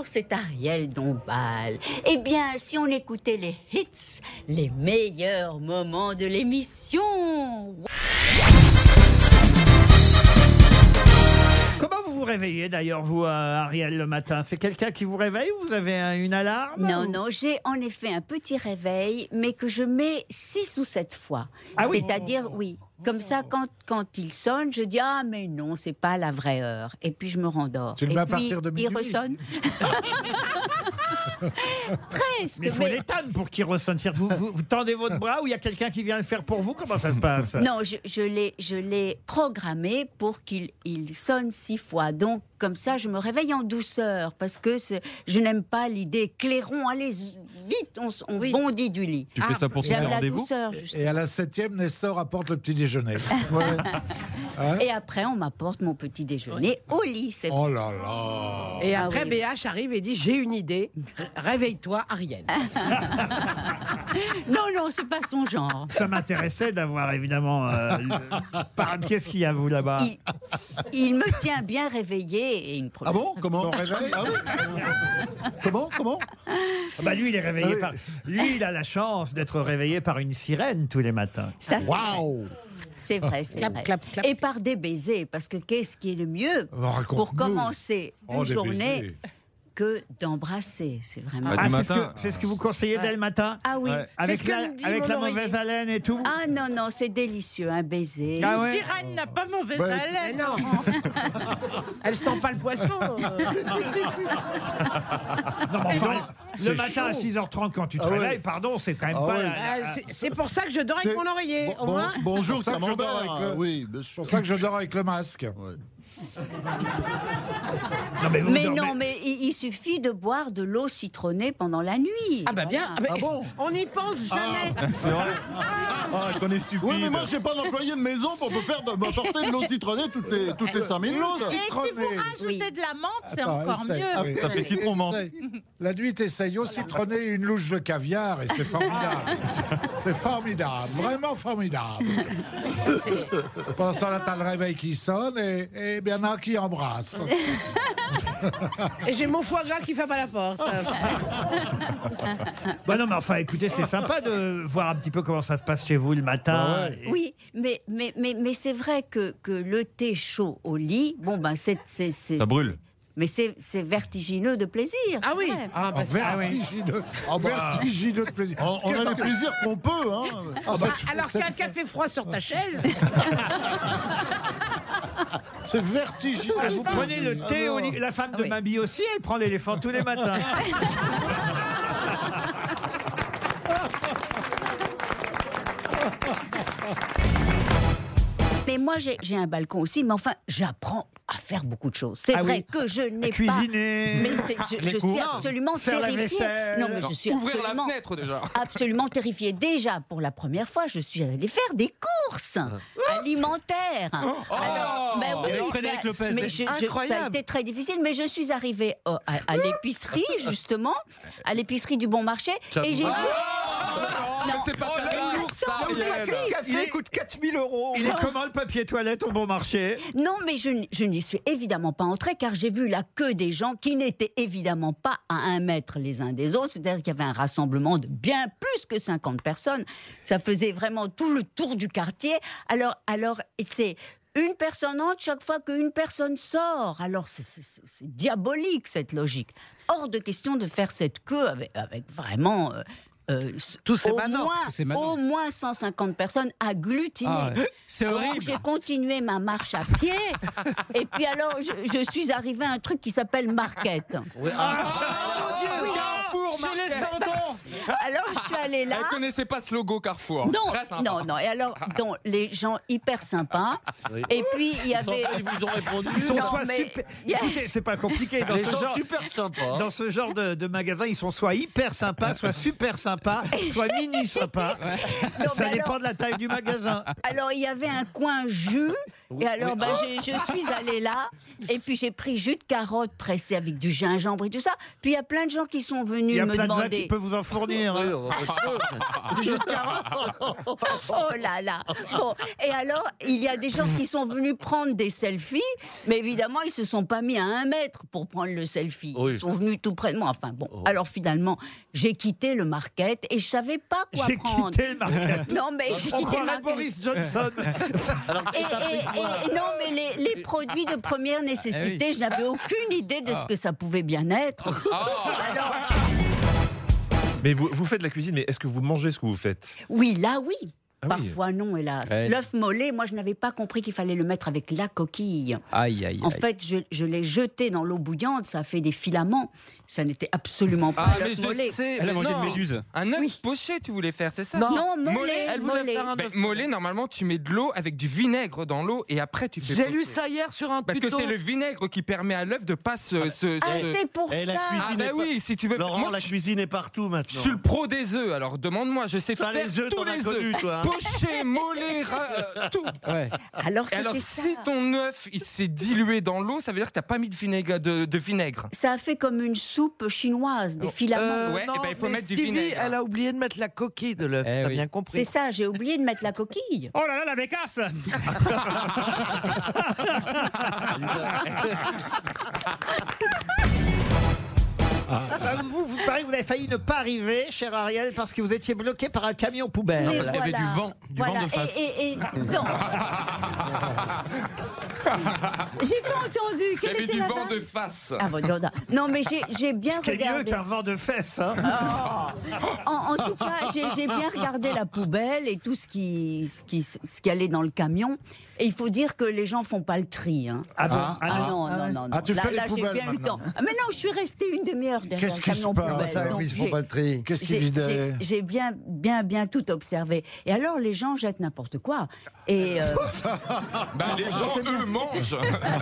c'est Ariel Dombal. Eh bien, si on écoutait les hits, les meilleurs moments de l'émission. Comment vous vous réveillez d'ailleurs, vous, Ariel, le matin? C'est quelqu'un qui vous réveille ou vous avez une alarme? Non, non, j'ai en effet un petit réveil, mais que je mets 6 ou 7 fois. Ah oui. C'est-à-dire, oui. Comme ça, quand il sonne, je dis « Ah, mais non, c'est pas la vraie heure ». Et puis, je me rendors. Tu le Et mets à puis, partir de minuit. il ressonne. Presque. Mais il faut l'éteindre pour qu'il ressonne. Vous tendez votre bras ou il y a quelqu'un qui vient le faire pour vous? Comment ça se passe? Non, je l'ai programmé pour qu'il sonne 6 fois. Donc, comme ça, je me réveille en douceur parce que je n'aime pas l'idée clairon, allez vite, on bondit du lit. Tu fais ça pour ton J'aime la rendez-vous? douceur, justement. Et à la 7e, Nestor apporte le petit déjeuner. Ouais. Hein? Et après, on m'apporte mon petit déjeuner au lit. C'est Oh là là. Et Ah après, oui. BH arrive et dit j'ai une idée. Réveille-toi, Ariel. Non, non, c'est pas son genre. Ça m'intéressait d'avoir évidemment. Qu'est-ce qu'il y a, vous, là-bas? Il me tient bien réveillé. Et une Ah bon? Comment? Ton réveil? Ah oui. Comment? Ah bah lui, il est réveillé par. Lui, il a la chance d'être réveillé par une sirène tous les matins. Ça, Waouh. c'est vrai, c'est Clap, vrai. clap, clap. Et par des baisers, parce que qu'est-ce qui est le mieux Raconte-nous. pour commencer une Oh, des journée baisers. que d'embrasser. C'est vraiment. Ah, du matin. C'est ce que vous conseillez dès le matin? Ah oui. Ouais. Avec ce que la, me dit avec mon la oreiller. mauvaise haleine et tout? Ah non, non, c'est délicieux, un baiser. Ah ouais? Sirène n'a pas mauvaise Ouais. Mais haleine. non. Elle sent pas le poisson. Non, mais enfin, le matin à 6h30 quand tu te ouais. réveilles, pardon, c'est quand même Ah pas... ouais. C'est pour ça que je dors avec C'est- mon oreiller. Au moins. Bonjour, C'est pour ça que je dors Camembert. avec le- Oui, bien C'est sûr. pour ça que je dors avec le masque. Non, mais vous Mais dormez- non, mais il suffit de boire de l'eau citronnée pendant la nuit. Ah bah bien. Voilà. Ah, mais bon? On n'y pense jamais. C'est vrai. Ah, qu'on est stupide. Oui, mais moi, j'ai pas d'employé de maison pour m'apporter de l'eau citronnée toutes les 5 minutes. L'eau Et si vous citronnée. rajoutez de la menthe, c'est Attends, encore essaye. mieux. Ah, ça fait citron menthe. La nuit, t'essayes au citronné une louche de caviar et c'est formidable. C'est formidable, vraiment formidable. Pendant ce temps-là, t'as le réveil qui sonne et bien un qui embrasse. Et j'ai mon foie gras qui fait pas la porte. Bah non, mais enfin, écoutez, c'est sympa de voir un petit peu comment ça se passe chez vous le matin. Bah ouais. Et- Oui, mais c'est vrai que le thé chaud au lit, bon ben c'est Ça brûle. mais c'est vertigineux de plaisir. Ah oui. Ouais. Ah bah, Vertigineux de plaisir. On a le plaisir qu'on peut, hein. alors qu'un café froid sur ta chaise. C'est vertigineux. Ah, vous prenez le thé au lit. La femme de Oui. Mabi aussi, elle prend l'éléphant tous les matins. Mais moi j'ai un balcon aussi, mais enfin j'apprends à faire beaucoup de choses. C'est Ah vrai oui. que je n'ai pas. Cuisiner. Mais je suis absolument Faire la terrifiée. vaisselle. Non, mais je suis Ouvrir la absolument, fenêtre déjà. absolument terrifiée. Déjà, pour la première fois, je suis allée faire des courses alimentaires. Alors, ben oui, Frédéric ben, Lopez, mais c'est ça a incroyable. été très difficile, mais je suis arrivée à l'épicerie, justement, à l'épicerie du Bon Marché, et j'ai vu. Mais c'est pas ta blague, ça, Ariel. café coûte 4000 €. Il est comment le papier toilette au bon marché? Non, mais je n'y suis évidemment pas entrée car j'ai vu la queue des gens qui n'étaient évidemment pas à 1 mètre les uns des autres. C'est-à-dire qu'il y avait un rassemblement de bien plus que 50 personnes. Ça faisait vraiment tout le tour du quartier. Alors c'est une personne entre chaque fois qu'une personne sort. Alors c'est diabolique cette logique. Hors de question de faire cette queue avec vraiment... Tous ces au manants, moins, tous ces manants. au moins 150 personnes agglutinées. Ah ouais. C'est Alors, horrible. j'ai continué ma marche à pied, et puis alors je suis arrivée à un truc qui s'appelle Market. Carrefour, Chez les Marquette. Sandons. Alors je suis allée là. Elle connaissait pas ce logo Carrefour. Non, Très sympa. non. Et alors, donc, les gens hyper sympas. Et puis, il y avait... Ils vous ont répondu. Ils sont Non, soit mais super. il y a- Écoutez, c'est pas compliqué. Dans ce genre, super sympas. dans ce genre de magasin, ils sont soit hyper sympas, soit super sympas, soit mini sympas. Non, Ça mais dépend alors- de la taille du magasin. Alors, il y avait un coin jus. Et alors, ben, je suis allée là. Et puis, j'ai pris jus de carotte pressé avec du gingembre et tout ça. Puis, il y a plein plein de gens qui sont Il venus y a me plein de gens qui demander. peuvent vous en fournir. hein. Oh là là. Bon, et alors, il y a des gens qui sont venus prendre des selfies, mais évidemment, ils se sont pas mis à 1 mètre pour prendre le selfie. Oui. Ils sont venus tout près de moi. Enfin bon, alors finalement, j'ai quitté le market et je savais pas quoi J'ai prendre. quitté le market. Non, mais j'ai On quitté le croirait market. Boris Johnson. Et non, mais les produits de première nécessité, je n'avais aucune idée de ce que ça pouvait bien être. Alors, Mais vous faites de la cuisine, mais est-ce que vous mangez ce que vous faites? oui, là, oui. Ah oui. Parfois non, hélas. Ouais. L'œuf mollet, moi, je n'avais pas compris qu'il fallait le mettre avec la coquille. Aïe, aïe, En aïe. fait, je l'ai jeté dans l'eau bouillante, ça a fait des filaments. Ça n'était absolument pas Ah, mais l'œuf je mollet. sais. Elle a mais mangé non. une méduse. Un œuf Oui. poché, tu voulais faire, c'est ça? Non, mollet, Mollet, Elle voulait mollet. faire un Ben, œuf. mollet, normalement, tu mets de l'eau avec du vinaigre dans l'eau et après tu fais J'ai pocher. lu ça hier sur un Parce que tuto. c'est le vinaigre qui permet à l'œuf de pas se... Ah, c'est pour Et la ça. cuisine Ah ben oui, si tu veux... Laurent, Moi, la je cuisine est partout je maintenant. suis le pro des œufs, alors demande-moi, je sais Ça, faire les œufs, tous t'en as les connu, œufs. toi, hein. Poché, mollet, tout. Ouais. Alors, Et c'était alors, ça. si ton œuf il s'est dilué dans l'eau, ça veut dire que t'as pas mis de vinaigre. De vinaigre. Ça a fait comme une soupe chinoise, des filaments. Ouais, non, eh ben, il faut mais mettre du Stevie, vinaigre. elle a oublié de mettre la coquille de l'œuf. Eh T'as oui. bien C'est compris. ça, j'ai oublié de mettre la coquille. Oh là là, la bécasse. Vous paraît que vous avez failli ne pas arriver, cher Ariel, parce que vous étiez bloqué par un camion poubelle. Mais parce qu'il y avait voilà. du vent Voilà. de face. Non. J'ai pas entendu. Il y Quel avait était du la vent vanne de face. Ah bon, non, mais j'ai bien Ce qui est mieux regardé. qu'un vent de fesses. Hein. En tout cas, j'ai bien regardé la poubelle et tout ce qui allait dans le camion. Et il faut dire que les gens font pas le tri. Hein. Ah bon Ah non. Ah, tu fais les là j'ai poubelles bien eu le temps. maintenant. Ah, mais non, je suis restée une demi-heure derrière Qu'est-ce le qui camion se passe poubelle. Ça, donc oui, ils j'ai- font pas le tri. Qu'est-ce qu'ils vidaient J'ai bien tout observé. Et alors, les gens jettent n'importe quoi. Et Bah, les gens, eux, mangent.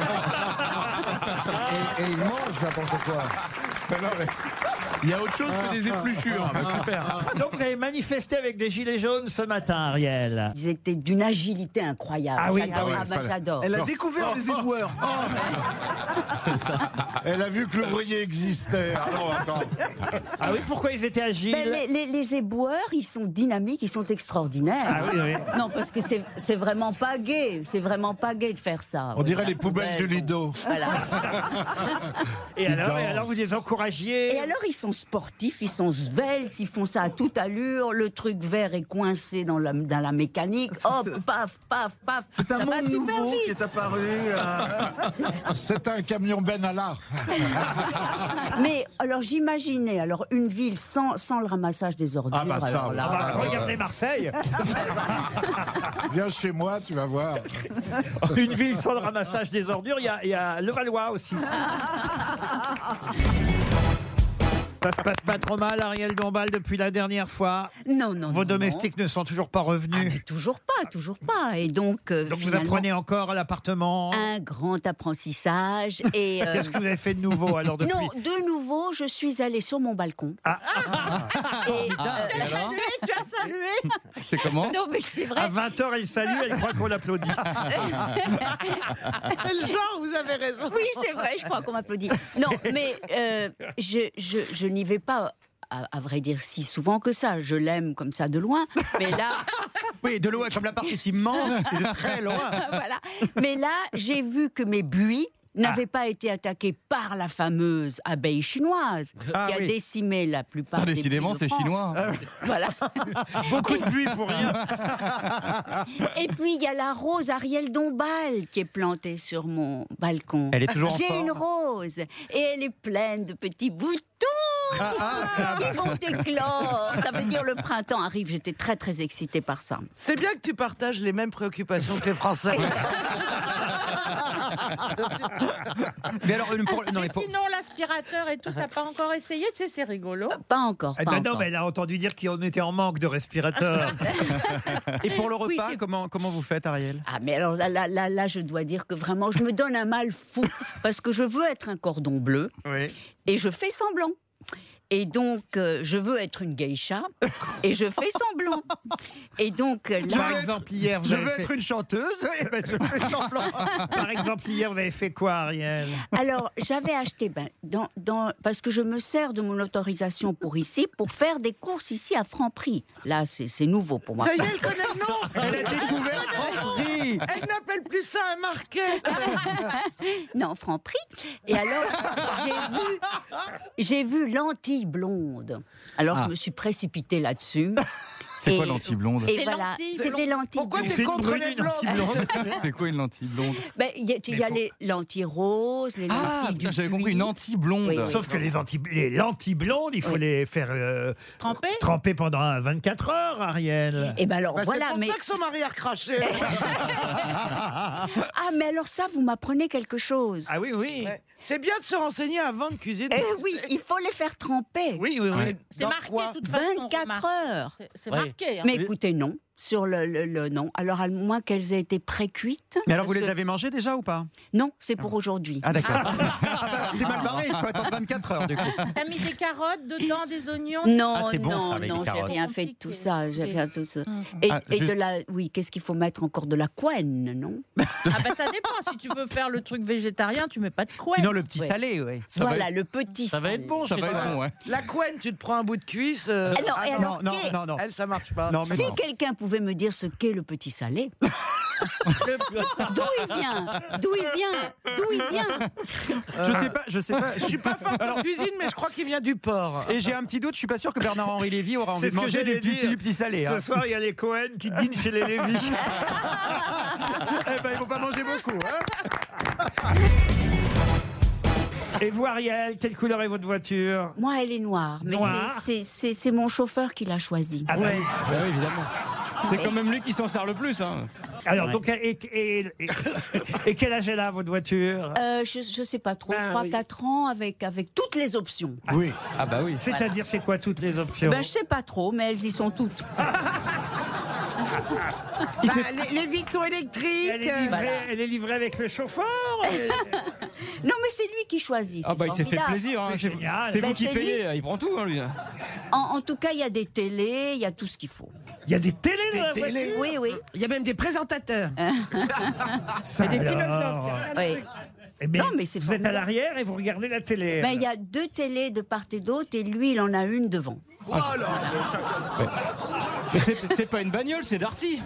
Et ils mangent n'importe quoi. Il y a autre chose que des épluchures. Super. Donc vous avez manifesté avec des gilets jaunes ce matin, Ariel. ils étaient d'une agilité incroyable. Ah oui, J'adore. ah oui, Ah bah, fallait- j'adore. Elle a découvert des éboueurs. Elle a vu que l'ouvrier existait. Alors, attends. Ah oui, pourquoi ils étaient agiles? Ben, les éboueurs, ils sont dynamiques, ils sont extraordinaires. Ah oui, oui. Non, parce que c'est vraiment pas gai. C'est vraiment pas gai de faire ça. On dirait les poubelles du bon. Lido. Voilà. Et alors vous les encouragiez? Et alors, ils sont sportifs, ils sont sveltes, ils font ça à toute allure. Le truc vert est coincé dans la mécanique. Hop, paf, paf, paf. C'est un Ça va monde super nouveau vite. qui est apparu. C'est un camion Benalla. Mais alors, j'imaginais une ville sans le ramassage des ordures. Ah bah ça, alors oui. là, Ah bah, regardez Marseille. Viens chez moi, tu vas voir. Une ville sans le ramassage des ordures. Il y a Levallois aussi. Ça se passe pas trop mal, Ariel Dombal, depuis la dernière fois. non, non. Vos non, domestiques ne sont toujours pas non. Ah, revenus. mais toujours pas. Et donc, Donc vous finalement, apprenez encore à l'appartement. un grand apprentissage. Et Qu'est-ce que vous avez fait de nouveau alors depuis? non, de nouveau, je suis allée sur mon balcon. Et, Tu as salué. C'est comment? non, mais c'est vrai. À 20h, elle salue, elle croit qu'on l'applaudit. Quel genre, vous avez raison. Oui, c'est vrai, je crois qu'on m'applaudit. Non, mais je n'y vais pas, à vrai dire, si souvent que ça. Je l'aime comme ça de loin. Mais là, Oui, de loin, comme la partie est immense, c'est de très loin. voilà. Mais là, j'ai vu que mes buis n'avaient pas été attaqués par la fameuse abeille chinoise qui a décimé la plupart des Décidément, buis de c'est France. chinois. Voilà. Beaucoup de pluie pour rien. Et puis, il y a la rose Ariel Dombal qui est plantée sur mon balcon. Elle est toujours en J'ai forme. une rose et elle est pleine de petits boutons qui vont éclore. Ça veut dire le printemps arrive. J'étais très, très excitée par ça. C'est bien que tu partages les mêmes préoccupations que les Français. Mais alors, Mais sinon, l'aspirateur et tout, t'as pas encore essayé? Tu sais, c'est rigolo. Pas encore. Eh Pas ben non, encore. mais elle a entendu dire qu'on était en manque de respirateurs. Et pour le Oui, repas, c'est- comment vous faites, Ariel? Ah, mais alors là, je dois dire que vraiment, je me donne un mal fou parce que je veux être un cordon bleu Oui. et je fais semblant. Et donc, je veux être une geisha et je fais semblant. Et donc, Par là, exemple, hier, vous Je avez veux fait... être une chanteuse, et ben je fais semblant. Par exemple, hier, vous avez fait quoi, Ariel? alors j'avais acheté, parce que je me sers de mon autorisation pour ici, pour faire des courses ici à Franprix. Là, c'est nouveau pour moi. Ça y est, elle connaît le nom. Elle a découvert Franprix. Elle n'appelle plus ça un market. Non, Franprix. Et alors, j'ai vu l'anti-blonde. Alors, je me suis précipitée là-dessus. C'est quoi Et- l'anti-blonde? Et Les voilà, lentilles, c'est des lentilles. Pourquoi blondes. t'es contre les brune, une blancs anti-blonde. C'est quoi une lentille blonde? Ben, il y a les lentilles roses, les Ah, lentilles putain, du j'avais compris, buis. une anti-blonde. Oui, oui. Sauf que les lentilles blondes, il faut Oui. les faire Trempé. tremper pendant 24 heures, Ariel. Et ben alors Bah, voilà, c'est pour mais ça que son mari a recraché. ah mais alors ça, vous m'apprenez quelque chose. Ah oui, oui. Ouais. C'est bien de se renseigner avant de cuisiner. Eh oui, il faut les faire tremper. Oui, oui, oui. Ouais. C'est Dans marqué quoi de toute façon. 24 remarque. heures. C'est Ouais. marqué. hein. Mais écoutez, non. Sur le non. Alors, à moins qu'elles aient été pré-cuites. Mais alors, vous Parce les que- avez mangées déjà ou pas? Non, c'est pour aujourd'hui. Ah, d'accord. C'est mal barré, il faut attendre 24 heures, du coup. T'as mis des carottes dedans, des oignons. Non, Ah, c'est bon, non, ça, avec non, les j'ai carottes. rien fait de tout ça. J'ai rien de tout ça. Mhm. Et, Ah, et juste- de la, oui, qu'est-ce qu'il faut mettre encore de la couenne, non? Ah bah ça dépend. Si tu veux faire le truc végétarien, tu mets pas de couenne. Sinon, le petit Ouais. salé, oui. Voilà, le petit. Ça va être bon, Ça chez va toi. être bon, ouais. La couenne, tu te prends un bout de cuisse. Ah non, et alors, Non, non, non, non. Elle, ça marche pas. Non, mais Si non. quelqu'un pouvait me dire ce qu'est le petit salé. D'où il vient? D'où il vient? D'où il vient? Je sais pas. Je suis pas fort en cuisine, mais je crois qu'il vient du porc. Et j'ai un petit doute, je suis pas sûr que Bernard-Henri Lévy aura envie C'est de ce que manger j'allais dire. du petit salé. Ce Hein. soir, il y a les Cohen qui dînent chez les Lévy. Eh ben, ils vont pas manger beaucoup. Hein. Et vous, Ariel, quelle couleur est votre voiture? Moi, elle est noire, mais Noire. c'est mon chauffeur qui l'a choisie. Ah bah, Bah oui, évidemment. C'est quand même lui qui s'en sert le plus. Hein. alors, Ouais. donc, et quel âge elle a, votre voiture? Je sais pas trop, Ben 3-4 ans avec toutes les options. Oui. Ah bah oui. C'est-à-dire, c'est quoi toutes les options? Ben, je sais pas trop, mais elles y sont toutes. Bah, les vitres sont électriques. Elle est livrée avec le chauffeur? Non, mais c'est lui qui choisit. Ah c'est bah il s'est fait formidable. plaisir. Hein. C'est génial. C'est Ben, vous qui c'est lui. payez. Il prend tout, hein, lui. En tout cas, il y a des télés, il y a tout ce qu'il faut. Il y a des télés dans la voiture? Oui, oui. Il y a même des présentateurs. Ça, Et des alors. philosophes. Oui. Eh bien, Non, mais c'est vous êtes à formidable. l'arrière et vous regardez la télé. Ben, il y a 2 télés de part et d'autre, et lui, il en a une devant. Mais c'est pas une bagnole, c'est Darty.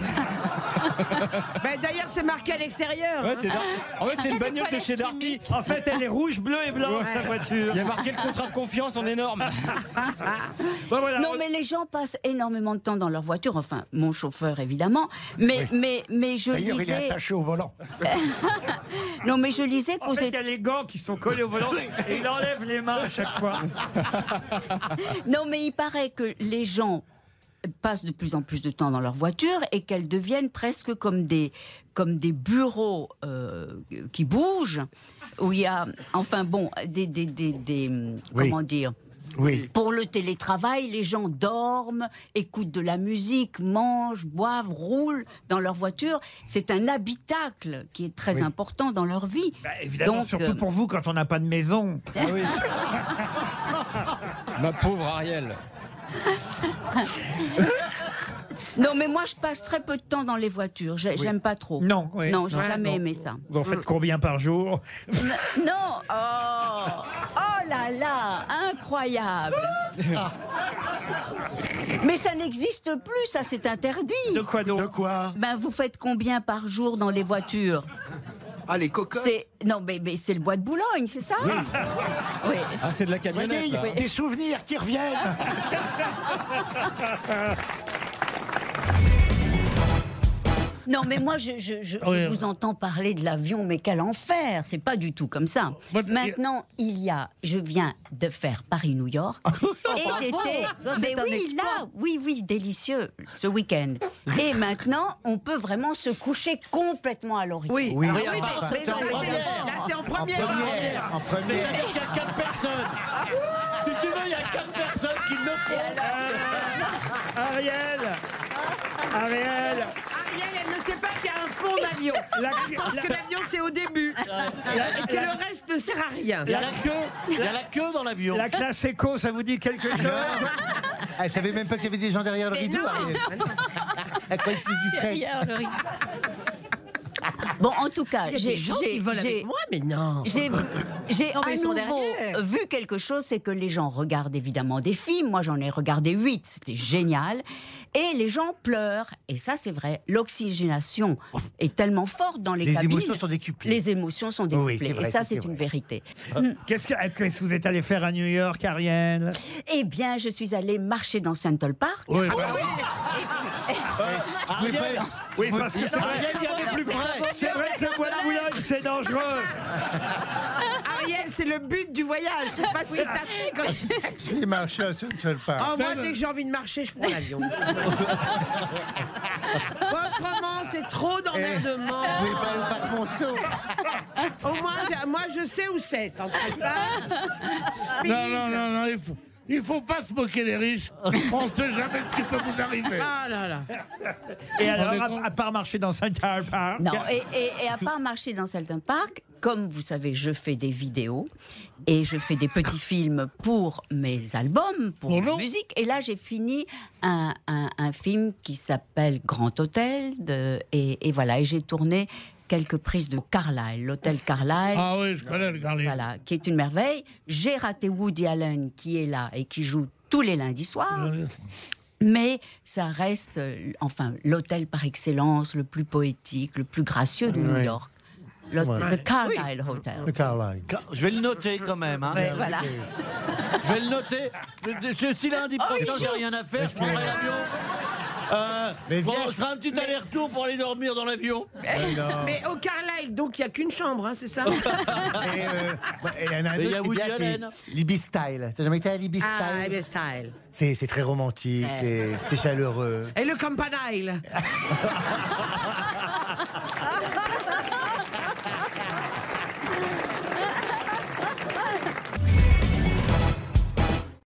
Bah, d'ailleurs, c'est marqué à l'extérieur. Ouais, c'est Darty. En fait, c'est une bagnole de chez Darty. En fait, elle est rouge, bleue et blanche, sa voiture. Il y a marqué le contrat de confiance en énorme. Bon, voilà. Non, mais les gens passent énormément de temps dans leur voiture, enfin, mon chauffeur, évidemment. Mais je D'ailleurs, il est lisais... attaché au volant. Non, mais je lisais En fait, il y poser... a les gants qui sont collés au volant et il enlève les mains à chaque fois. Non, mais il paraît que les gens passent de plus en plus de temps dans leur voiture et qu'elles deviennent presque comme des bureaux qui bougent, où il y a, enfin bon, comment dire, Oui. pour le télétravail, les gens dorment, écoutent de la musique, mangent, boivent, roulent dans leur voiture. C'est un habitacle qui est très important dans leur vie. Bah, évidemment, Donc, surtout pour vous quand on n'a pas de maison. Ah oui. Ma pauvre Ariel. Non, mais moi, je passe très peu de temps dans les voitures. J'aime pas trop. Non, oui. Non, j'ai Ouais, jamais non. aimé ça. Vous en faites combien par jour? Non, oh là là, incroyable. Mais ça n'existe plus, ça c'est interdit. De quoi donc? De quoi? Ben vous faites combien par jour dans les voitures? Ah, les cocottes. Non, mais c'est le bois de Boulogne, c'est ça? Oui. Oui. Ah, c'est de la camionnette. Voyez, là. des souvenirs qui reviennent. Non, mais moi, je vous entends parler de l'avion, mais quel enfer! C'est pas du tout comme ça. Maintenant, je viens de faire Paris-New York. Et j'étais. Mais oui, là, oui, délicieux, ce week-end. Et maintenant, on peut vraiment se coucher complètement à l'horizon. Oui, Oui. là, C'est en première. c'est en première. En première. Il y a 4 personnes. Si tu veux, il y a 4 personnes qui le font. Ariel, Ariel, elle ne sait pas qu'il y a un fond d'avion. Elle pense que l'avion, c'est au début. Et que le reste ne sert à rien. Il y a la queue dans l'avion. La classe éco, ça vous dit quelque chose? Elle savait même pas qu'il y avait des gens derrière le rideau. Elle croyait que c'était du fret. Bon, en tout cas, Il y a des gens qui volent avec moi, mais non. J'ai Non, mais à ils sont nouveau derrière. vu quelque chose, c'est que les gens regardent évidemment des films. Moi, j'en ai regardé 8, c'était génial. Et les gens pleurent. Et ça, c'est vrai. L'oxygénation est tellement forte dans les cabines. Les émotions sont décuplées. Les émotions sont décuplées. Oui, c'est vrai, et ça, c'est c'est une vrai. vérité. Qu'est-ce que vous êtes allé faire à New York, Ariel? Eh bien, je suis allée marcher dans Central Park. Oui, Oui, parce que c'est vrai, Ariel, il y avait plus près. c'est vrai que le bois de Boulogne, c'est dangereux. Ariel, c'est le but du voyage. Je sais pas ce que t'as fait quand je l'ai marché à Central Park. Oh, moi, dès que j'ai envie de marcher, je prends l'avion. Autrement, c'est trop d'emmerdement. Vous pouvez pas le parc Monceau. Au moins, moi, je sais où c'est. Central Park. Non, il faut pas se moquer des riches. On ne sait jamais ce qui peut vous arriver. Ah là là. Et alors, à part marcher dans Central Park... Non, et à part marcher dans Central Park, comme vous savez, je fais des vidéos et je fais des petits films pour mes albums, pour ma musique. Et là, j'ai fini un film qui s'appelle Grand Hôtel. Et voilà, et j'ai tourné quelques prises de Carlyle, l'hôtel Carlyle. Ah oui, je connais le Carlyle. Voilà, qui est une merveille. J'ai raté Woody Allen qui est là et qui joue tous les lundis soirs. Mais ça reste, enfin, l'hôtel par excellence, le plus poétique, le plus gracieux de New York. Le Carlyle Hotel. Le Carlyle. Je vais le noter quand même. Hein. Ouais, voilà. Je vais le noter. Si lundi prochain, j'ai rien à faire, je prendrai l'avion. Mais Bon, viens, je ferai un petit aller-retour pour aller dormir dans l'avion. Mais au Carlyle, donc, il n'y a qu'une chambre, hein, c'est ça? Et il y en a un Mais il y a autre qui est Woody bien, Allen. c'est Libby Style. T'as jamais été à Libby Ah, Style? bien style. C'est très romantique, c'est chaleureux. Et le Campanile.